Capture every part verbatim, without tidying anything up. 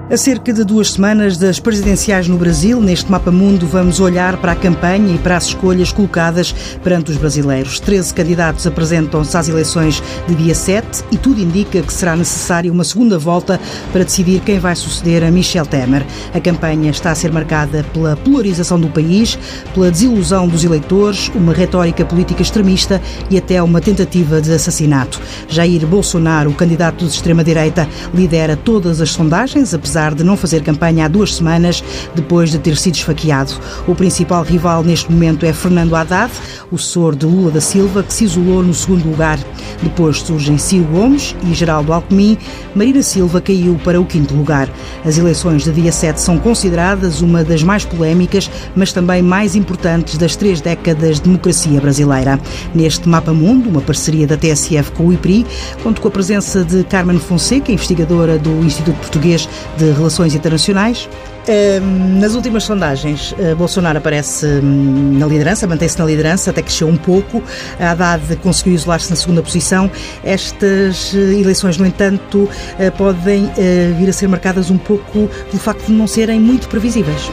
A cerca de duas semanas das presidenciais no Brasil, neste Mapa Mundo vamos olhar para a campanha e para as escolhas colocadas perante os brasileiros. treze candidatos apresentam-se às eleições de dia sete e tudo indica que será necessária uma segunda volta para decidir quem vai suceder a Michel Temer. A campanha está a ser marcada pela polarização do país, pela desilusão dos eleitores, uma retórica política extremista e até uma tentativa de assassinato. Jair Bolsonaro, o candidato de extrema-direita, lidera todas as sondagens, apesar de não fazer campanha há duas semanas, depois de ter sido esfaqueado. O principal rival neste momento é Fernando Haddad, o sucessor de Lula da Silva, que se isolou no segundo lugar. Depois surgem Ciro Gomes e Geraldo Alckmin. Marina Silva caiu para o quinto lugar. As eleições de dia sete são consideradas uma das mais polémicas, mas também mais importantes das três décadas de democracia brasileira. Neste Mapa Mundo, uma parceria da T S F com o I P R I, conto com a presença de Carmen Fonseca, investigadora do Instituto Português de Relações Internacionais. Nas últimas sondagens, Bolsonaro aparece na liderança, mantém-se na liderança, até que cresceu um pouco. A Haddad conseguiu isolar-se na segunda posição. Estas eleições, no entanto, podem vir a ser marcadas um pouco pelo facto de não serem muito previsíveis.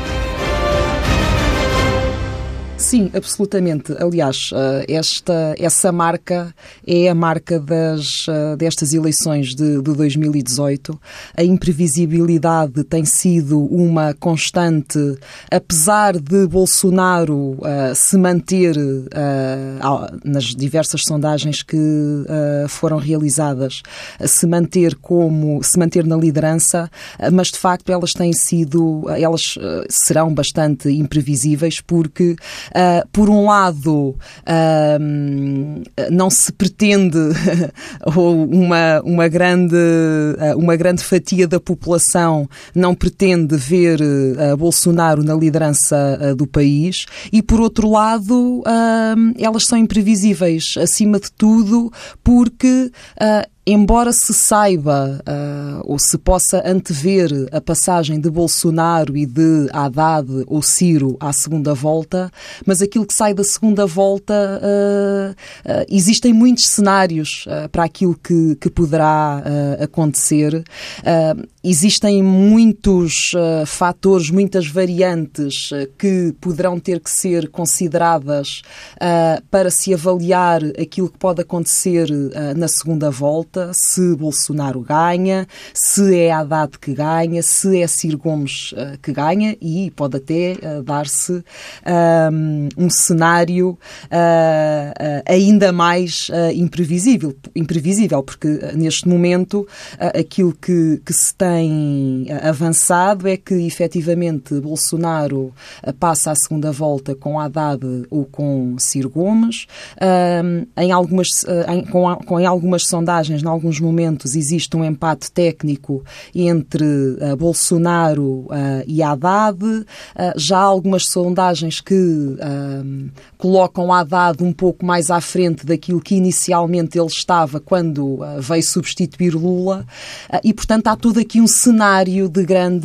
Sim, absolutamente. Aliás, esta, essa marca é a marca das, destas eleições de, de dois mil e dezoito. A imprevisibilidade tem sido uma constante, apesar de Bolsonaro uh, se manter uh, nas diversas sondagens que uh, foram realizadas, uh, se manter como se manter na liderança, uh, mas de facto elas têm sido, elas uh, serão bastante imprevisíveis porque Uh, por um lado, uh, não se pretende ou uma, uma, grande, uh, uma grande fatia da população não pretende ver uh, Bolsonaro na liderança uh, do país e, por outro lado, uh, elas são imprevisíveis, acima de tudo, porque uh, embora se saiba uh, ou se possa antever a passagem de Bolsonaro e de Haddad ou Ciro à segunda volta, mas aquilo que sai da segunda volta, uh, uh, existem muitos cenários uh, para aquilo que, que poderá uh, acontecer. Uh, existem muitos uh, fatores, muitas variantes uh, que poderão ter que ser consideradas uh, para se avaliar aquilo que pode acontecer uh, na segunda volta. Se Bolsonaro ganha, se é Haddad que ganha, se é Ciro Gomes uh, que ganha, e pode até uh, dar-se um, um cenário uh, uh, ainda mais uh, imprevisível, imprevisível, porque uh, neste momento uh, aquilo que, que se tem uh, avançado é que efetivamente Bolsonaro uh, passa à segunda volta com Haddad ou com Ciro Gomes. Uh, em, algumas, uh, em, com, com, em algumas sondagens, em alguns momentos, existe um empate técnico entre uh, Bolsonaro uh, e Haddad. Uh, já há algumas sondagens que uh, colocam Haddad um pouco mais à frente daquilo que inicialmente ele estava quando uh, veio substituir Lula. Uh, e, portanto, há todo aqui um cenário de grande,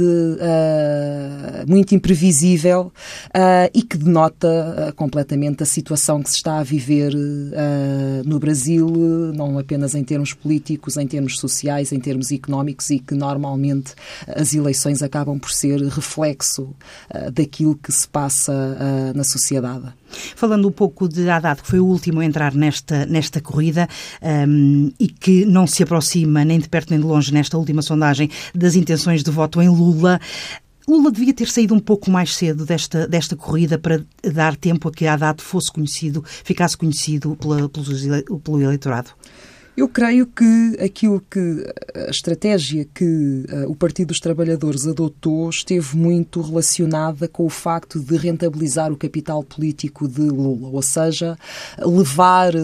uh, muito imprevisível uh, e que denota uh, completamente a situação que se está a viver uh, no Brasil, não apenas em termos políticos, em termos sociais, em termos económicos, e que normalmente as eleições acabam por ser reflexo uh, daquilo que se passa uh, na sociedade. Falando um pouco de Haddad, que foi o último a entrar nesta, nesta corrida um, e que não se aproxima nem de perto nem de longe nesta última sondagem das intenções de voto em Lula, Lula devia ter saído um pouco mais cedo desta, desta corrida para dar tempo a que Haddad fosse conhecido, ficasse conhecido pela, pelo, pelo eleitorado? Eu creio que aquilo que a estratégia que uh, o Partido dos Trabalhadores adotou esteve muito relacionada com o facto de rentabilizar o capital político de Lula, ou seja, levar uh,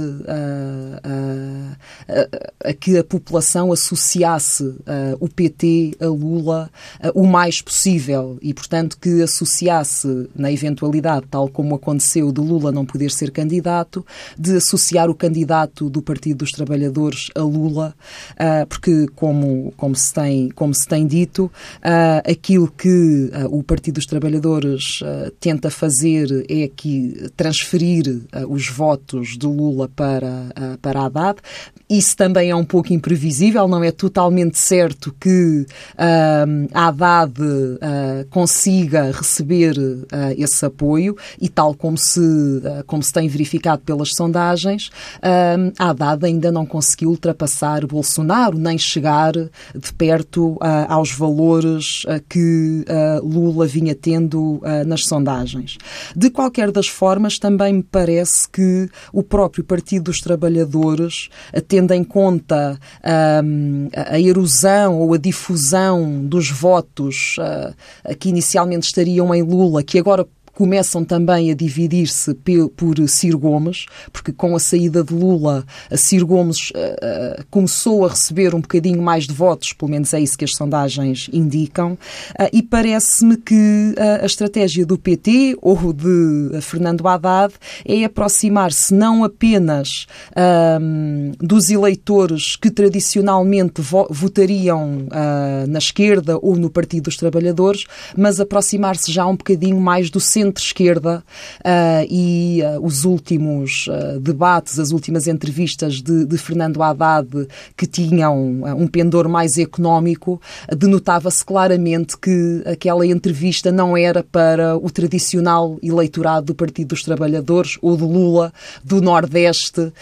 uh, a, a que a população associasse uh, o P T a Lula uh, o mais possível e, portanto, que associasse, na eventualidade, tal como aconteceu, de Lula não poder ser candidato, de associar o candidato do Partido dos Trabalhadores Trabalhadores a Lula, uh, porque, como, como, se tem, como se tem dito, uh, aquilo que uh, o Partido dos Trabalhadores uh, tenta fazer é aqui transferir uh, os votos de Lula para, uh, para Haddad. Isso também é um pouco imprevisível, não é totalmente certo que uh, Haddad uh, consiga receber uh, esse apoio, e tal como se, uh, como se tem verificado pelas sondagens, uh, Haddad ainda não conseguiu ultrapassar Bolsonaro, nem chegar de perto uh, aos valores uh, que uh, Lula vinha tendo uh, nas sondagens. De qualquer das formas, também me parece que o próprio Partido dos Trabalhadores, uh, tendo em conta um, a erosão ou a difusão dos votos uh, que inicialmente estariam em Lula, que agora começam também a dividir-se por Ciro Gomes, porque com a saída de Lula, a Ciro Gomes uh, começou a receber um bocadinho mais de votos, pelo menos é isso que as sondagens indicam, uh, e parece-me que uh, a estratégia do P T ou de uh, Fernando Haddad é aproximar-se não apenas uh, dos eleitores que tradicionalmente vo- votariam uh, na esquerda ou no Partido dos Trabalhadores, mas aproximar-se já um bocadinho mais do centro centro-esquerda uh, e uh, os últimos uh, debates, as últimas entrevistas de, de Fernando Haddad, que tinham uh, um pendor mais económico, uh, denotava-se claramente que aquela entrevista não era para o tradicional eleitorado do Partido dos Trabalhadores ou de Lula, do Nordeste, uh,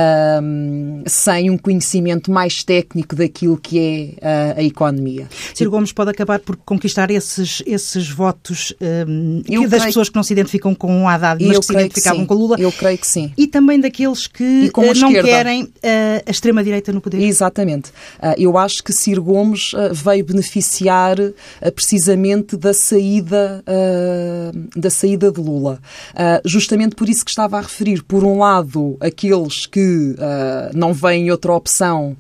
sem um conhecimento mais técnico daquilo que é uh, a economia. Ciro Gomes pode acabar por conquistar esses, esses votos um, Eu das creio... pessoas que não se identificam com o Haddad, mas eu que se identificavam que com Lula. Eu creio que sim. E também daqueles que uh, não esquerda. querem uh, a extrema-direita no poder. Exatamente. Uh, eu acho que Ciro Gomes uh, veio beneficiar uh, precisamente da saída, uh, da saída de Lula. Uh, justamente por isso que estava a referir, por um lado, aqueles que uh, não veem outra opção,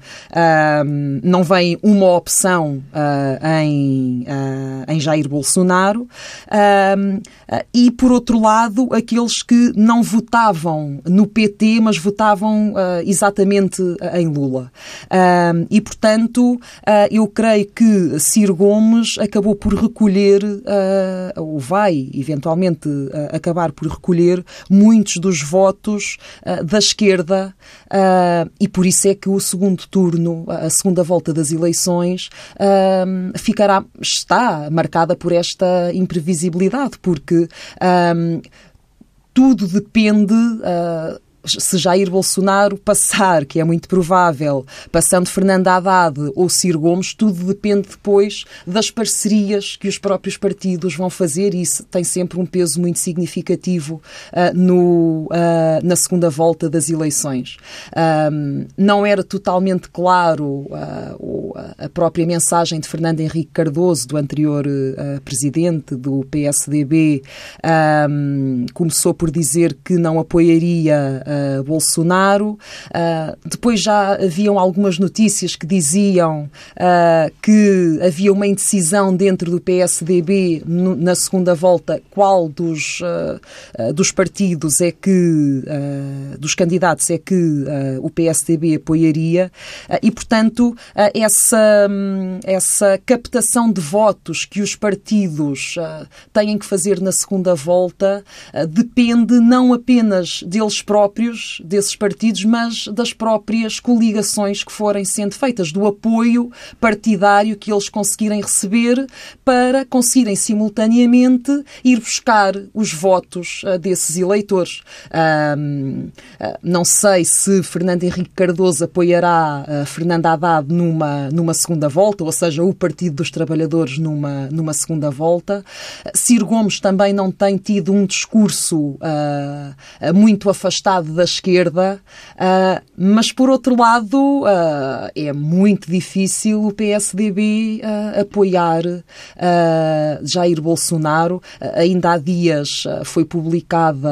uh, não veem uma opção uh, em, uh, em Jair Bolsonaro, uh, uh, e, por outro lado, aqueles que não votavam no P T, mas votavam uh, exatamente em Lula. Uh, e, portanto, uh, eu creio que Ciro Gomes acabou por recolher, uh, ou vai, eventualmente, uh, acabar por recolher muitos dos votos uh, da esquerda, uh, e por isso é que o segundo turno, a segunda volta das eleições, uh, ficará, está marcada por esta imprevisibilidade, porque um, tudo depende... Uh, se Jair Bolsonaro passar, que é muito provável, passando Fernando Haddad ou Ciro Gomes, tudo depende depois das parcerias que os próprios partidos vão fazer, e isso tem sempre um peso muito significativo uh, no, uh, na segunda volta das eleições. Um, não era totalmente claro uh, a própria mensagem de Fernando Henrique Cardoso, do anterior uh, presidente do P S D B, um, começou por dizer que não apoiaria Uh, Bolsonaro. Uh, depois já haviam algumas notícias que diziam uh, que havia uma indecisão dentro do P S D B no, na segunda volta, qual dos, uh, uh, dos partidos é que, uh, dos candidatos é que uh, o P S D B apoiaria, uh, e, portanto, uh, essa, um, essa captação de votos que os partidos uh, têm que fazer na segunda volta uh, depende não apenas deles próprios, desses partidos, mas das próprias coligações que forem sendo feitas, do apoio partidário que eles conseguirem receber para conseguirem simultaneamente ir buscar os votos uh, desses eleitores. Um, uh, não sei se Fernando Henrique Cardoso apoiará uh, Fernando Haddad numa, numa segunda volta, ou seja, o Partido dos Trabalhadores numa, numa segunda volta. Uh, Ciro Gomes também não tem tido um discurso uh, uh, muito afastado da esquerda, uh, mas, por outro lado, uh, é muito difícil o P S D B uh, apoiar uh, Jair Bolsonaro. Uh, ainda há dias uh, foi publicada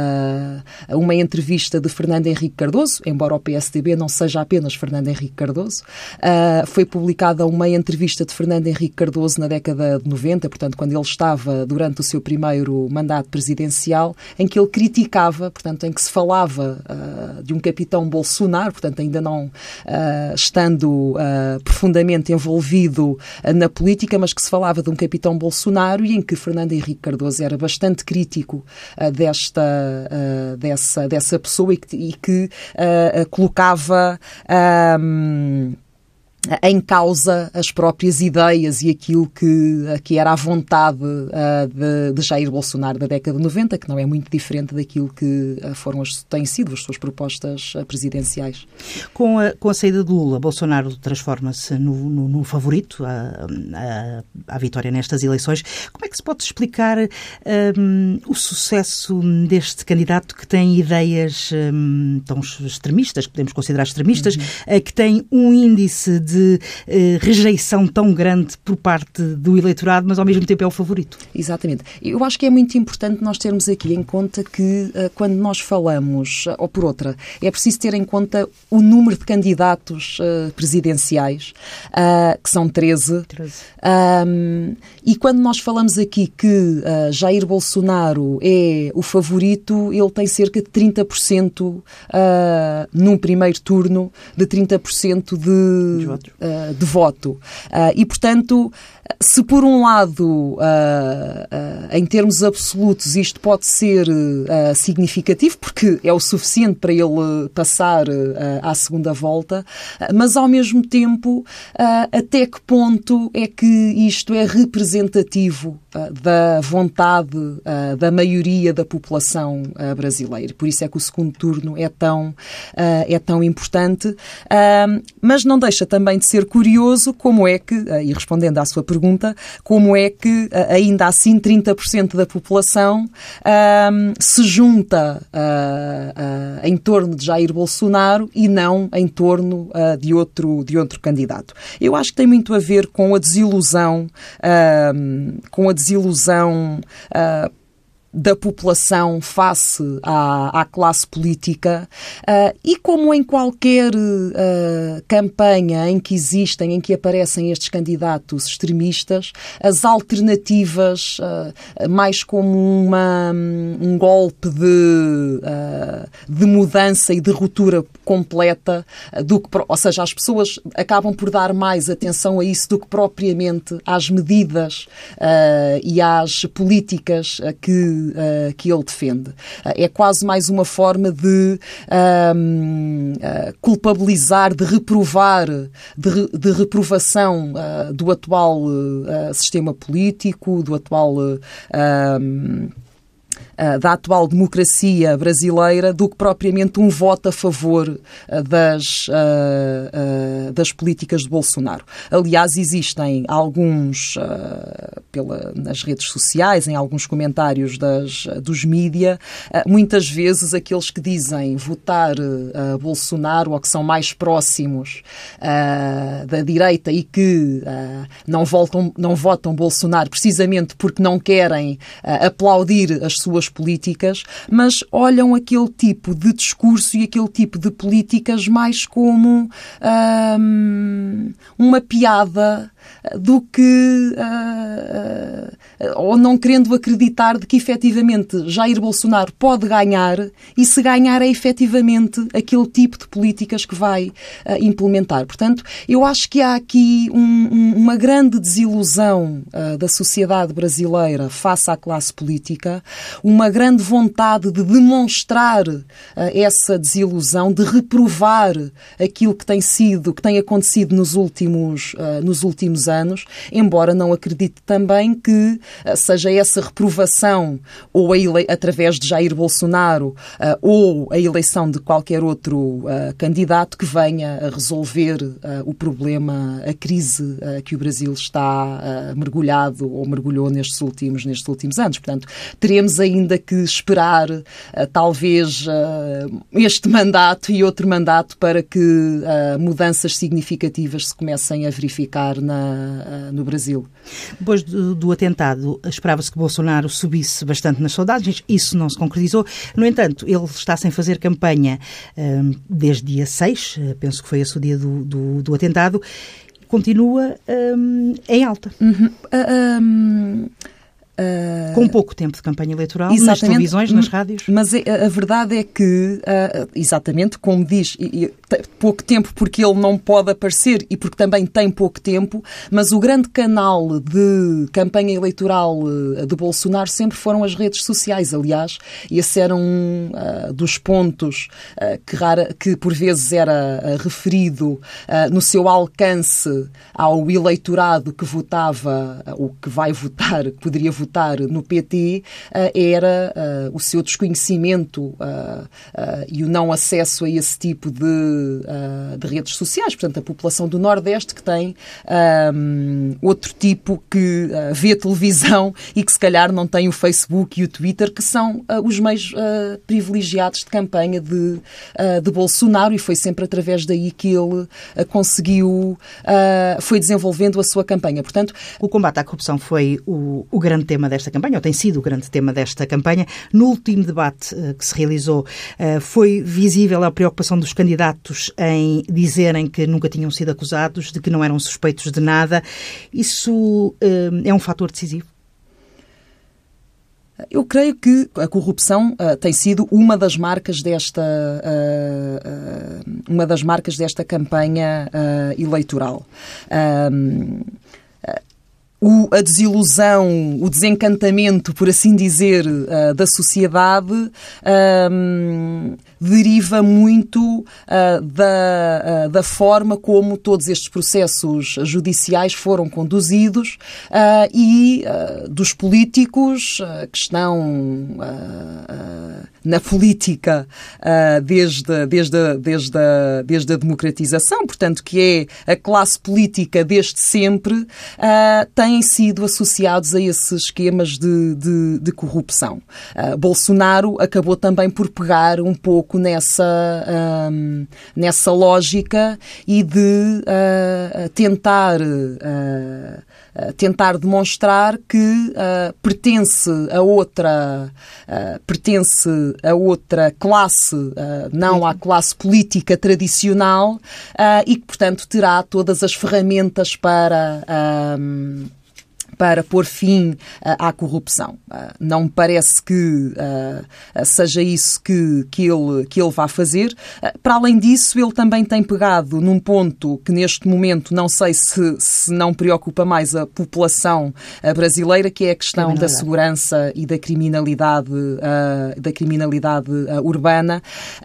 uh, uma entrevista de Fernando Henrique Cardoso, embora o P S D B não seja apenas Fernando Henrique Cardoso, uh, foi publicada uma entrevista de Fernando Henrique Cardoso na década de noventa, portanto, quando ele estava durante o seu primeiro mandato presidencial, em que ele criticava, portanto, em que se falava falava uh, de um capitão Bolsonaro, portanto ainda não uh, estando uh, profundamente envolvido uh, na política, mas que se falava de um capitão Bolsonaro e em que Fernando Henrique Cardoso era bastante crítico uh, desta, uh, dessa, dessa pessoa e que, e que uh, colocava um, em causa as próprias ideias e aquilo que, que era a vontade uh, de, de Jair Bolsonaro da década de noventa, que não é muito diferente daquilo que uh, foram as, têm sido as suas propostas uh, presidenciais. Com a, com a saída de Lula, Bolsonaro transforma-se no, no, no favorito à, à, à vitória nestas eleições. Como é que se pode explicar um, o sucesso deste candidato que tem ideias um, tão extremistas, que podemos considerar extremistas, uhum. uh, que tem um índice de de eh, rejeição tão grande por parte do eleitorado, mas ao mesmo tempo é o favorito? Exatamente. Eu acho que é muito importante nós termos aqui em conta que uh, quando nós falamos, uh, ou por outra, é preciso ter em conta o número de candidatos uh, presidenciais, uh, que são treze. treze. Um, e quando nós falamos aqui que uh, Jair Bolsonaro é o favorito, ele tem cerca de trinta por cento uh, num primeiro turno, de trinta por cento de... Uh, de voto. Uh, e, portanto, se por um lado, uh, uh, em termos absolutos, isto pode ser uh, significativo, porque é o suficiente para ele passar uh, à segunda volta, uh, mas ao mesmo tempo, uh, até que ponto é que isto é representativo uh, da vontade uh, da maioria da população uh, brasileira? Por isso é que o segundo turno é tão, uh, é tão importante, uh, mas não deixa também de ser curioso como é que, uh, e respondendo à sua pergunta, como é que ainda assim trinta por cento da população um, se junta uh, uh, em torno de Jair Bolsonaro e não em torno uh, de, outro, de outro candidato. Eu acho que tem muito a ver com a desilusão, uh, com a desilusão uh, da população face à, à classe política uh, e como em qualquer uh, campanha em que existem, em que aparecem estes candidatos extremistas, as alternativas, uh, mais como uma, um golpe de, uh, de mudança e de ruptura completa, uh, do que, ou seja, as pessoas acabam por dar mais atenção a isso do que propriamente às medidas uh, e às políticas uh, que Uh, que ele defende. Uh, é quase mais uma forma de uh, uh, culpabilizar, de reprovar, de, re, de reprovação uh, do atual uh, sistema político, do atual uh, um, Uh, da atual democracia brasileira do que propriamente um voto a favor uh, das, uh, uh, das políticas de Bolsonaro. Aliás, existem alguns, uh, pela, nas redes sociais, em alguns comentários das, dos mídia, uh, muitas vezes aqueles que dizem votar uh, Bolsonaro ou que são mais próximos uh, da direita e que uh, não, voltam, não votam Bolsonaro precisamente porque não querem uh, aplaudir as suas políticas, mas olham aquele tipo de discurso e aquele tipo de políticas mais como hum, uma piada do que uh, uh, ou não querendo acreditar de que efetivamente Jair Bolsonaro pode ganhar e se ganhar é efetivamente aquele tipo de políticas que vai uh, implementar. Portanto, eu acho que há aqui um, um, uma grande desilusão uh, da sociedade brasileira face à classe política, uma grande vontade de demonstrar uh, essa desilusão, de reprovar aquilo que tem sido, que tem acontecido nos últimos, uh, nos últimos anos, embora não acredite também que uh, seja essa reprovação ou a ele... através de Jair Bolsonaro uh, ou a eleição de qualquer outro uh, candidato que venha a resolver uh, o problema, a crise uh, que o Brasil está uh, mergulhado ou mergulhou nestes últimos, nestes últimos anos. Portanto, teremos ainda que esperar uh, talvez uh, este mandato e outro mandato para que uh, mudanças significativas se comecem a verificar na no Brasil. Depois do, do atentado, esperava-se que Bolsonaro subisse bastante nas sondagens. Isso não se concretizou. No entanto, ele está sem fazer campanha um, desde dia seis, penso que foi esse o dia do, do, do atentado, continua um, em alta. Uhum. Uh, um... Uh, Com pouco tempo de campanha eleitoral, nas televisões, nas rádios. Mas a, a verdade é que, uh, exatamente, como diz, e, e, pouco tempo porque ele não pode aparecer e porque também tem pouco tempo, mas o grande canal de campanha eleitoral uh, de Bolsonaro sempre foram as redes sociais. Aliás, esse era um uh, dos pontos uh, que, rara, que por vezes era uh, referido uh, no seu alcance ao eleitorado que votava, uh, ou que vai votar, que poderia votar votar no P T, uh, era uh, o seu desconhecimento uh, uh, e o não acesso a esse tipo de, uh, de redes sociais. Portanto, a população do Nordeste que tem um, outro tipo que uh, vê televisão e que se calhar não tem o Facebook e o Twitter, que são uh, os meios uh, privilegiados de campanha de, uh, de Bolsonaro, e foi sempre através daí que ele uh, conseguiu, uh, foi desenvolvendo a sua campanha. Portanto, o combate à corrupção foi o, o grande tema desta campanha, ou tem sido o grande tema desta campanha. No último debate uh, que se realizou, uh, foi visível a preocupação dos candidatos em dizerem que nunca tinham sido acusados, de que não eram suspeitos de nada. Isso uh, é um fator decisivo? Eu creio que a corrupção uh, tem sido uma das marcas desta, uh, uh, uma das marcas desta campanha uh, eleitoral. Um, O, a desilusão, o desencantamento, por assim dizer, uh, da sociedade um, deriva muito uh, da, uh, da forma como todos estes processos judiciais foram conduzidos uh, e uh, dos políticos uh, que estão uh, uh, na política uh, desde, desde, desde, a, desde a democratização, portanto, que é a classe política desde sempre, uh, tem têm sido associados a esses esquemas de, de, de corrupção. Uh, Bolsonaro acabou também por pegar um pouco nessa, um, nessa lógica e de uh, tentar, uh, uh, tentar demonstrar que uh, pertence a outra, uh, pertence a outra classe, uh, não à classe política tradicional, uh, e que, portanto, terá todas as ferramentas para... Um, para pôr fim uh, à corrupção. Uh, não me parece que uh, seja isso que, que, ele, que ele vá fazer. Uh, para além disso, ele também tem pegado num ponto que neste momento não sei se, se não preocupa mais a população uh, brasileira, que é a questão da segurança e da criminalidade, uh, da criminalidade uh, urbana.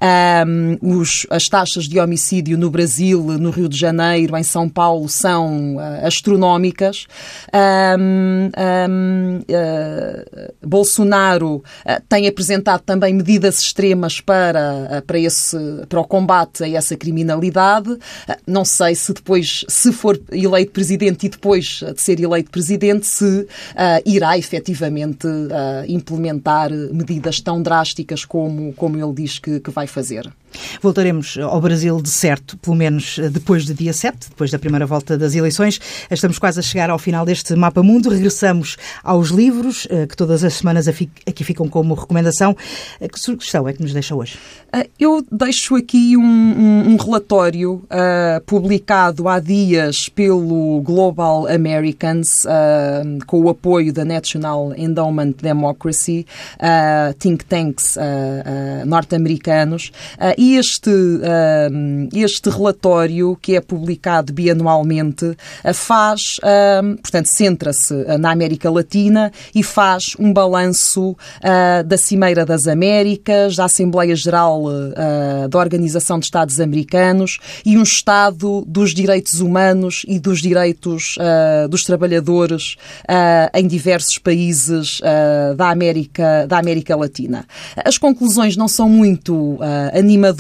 Um, os, as taxas de homicídio no Brasil, no Rio de Janeiro, em São Paulo, são uh, astronómicas. Um, Um, um, uh, Bolsonaro uh, tem apresentado também medidas extremas para, uh, para, esse, para o combate a essa criminalidade. Uh, não sei se depois, se for eleito presidente e depois de ser eleito presidente, se uh, irá efetivamente uh, implementar medidas tão drásticas como, como ele diz que, que vai fazer. Voltaremos ao Brasil de certo, pelo menos depois do dia sete, depois da primeira volta das eleições. Estamos quase a chegar ao final deste Mapa Mundo. Regressamos aos livros, que todas as semanas aqui ficam como recomendação. Que sugestão é que nos deixa hoje? Eu deixo aqui um, um, um relatório uh, publicado há dias pelo Global Americans, uh, com o apoio da National Endowment Democracy, uh, think tanks uh, uh, norte-americanos. Uh, E este, uh, este relatório, que é publicado bianualmente, uh, faz, uh, portanto, centra-se na América Latina e faz um balanço uh, da Cimeira das Américas, da Assembleia Geral uh, da Organização de Estados Americanos e um estado dos direitos humanos e dos direitos uh, dos trabalhadores uh, em diversos países uh, da América, da América Latina. As conclusões não são muito uh, animadoras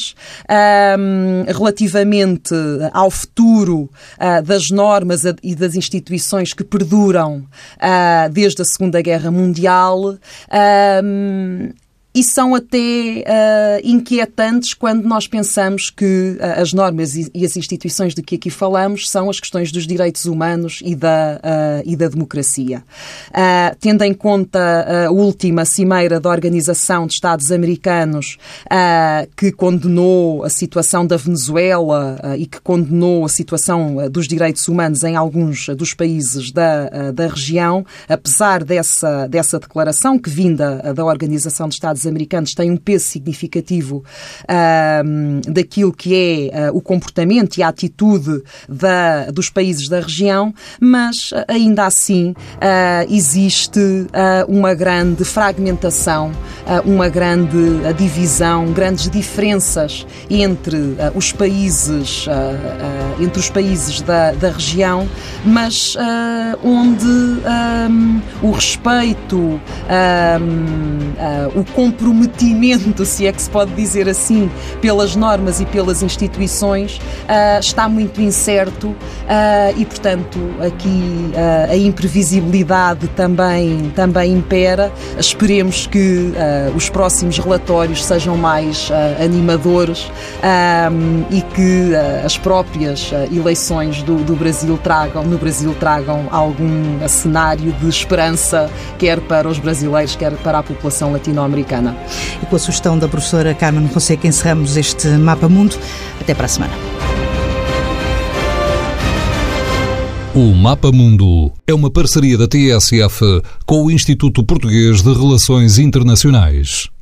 Um, relativamente ao futuro uh, das normas e das instituições que perduram uh, desde a Segunda Guerra Mundial. Um, e são até uh, inquietantes quando nós pensamos que uh, as normas e, e as instituições de que aqui falamos são as questões dos direitos humanos e da, uh, e da democracia. Uh, tendo em conta a última cimeira da Organização de Estados Americanos, uh, que condenou a situação da Venezuela uh, e que condenou a situação uh, dos direitos humanos em alguns uh, dos países da, uh, da região, apesar dessa, dessa declaração que vinda uh, da Organização de Estados Americanos tem um peso significativo uh, daquilo que é uh, o comportamento e a atitude da, dos países da região, mas uh, ainda assim uh, existe uh, uma grande fragmentação, uh, uma grande uh, divisão, grandes diferenças entre uh, os países, uh, uh, entre os países da, da região, mas uh, onde um, o respeito, um, uh, o comprometimento, se é que se pode dizer assim, pelas normas e pelas instituições, uh, está muito incerto uh, e, portanto, aqui uh, a imprevisibilidade também, também impera. Esperemos que uh, os próximos relatórios sejam mais uh, animadores um, e que uh, as próprias uh, eleições do, do Brasil tragam, no Brasil tragam algum uh, cenário de esperança, quer para os brasileiros, quer para a população latino-americana. E com a sugestão da professora Carmen Fonseca encerramos este Mapa Mundo. Até para a semana. O Mapa Mundo é uma parceria da T S F com o Instituto Português de Relações Internacionais.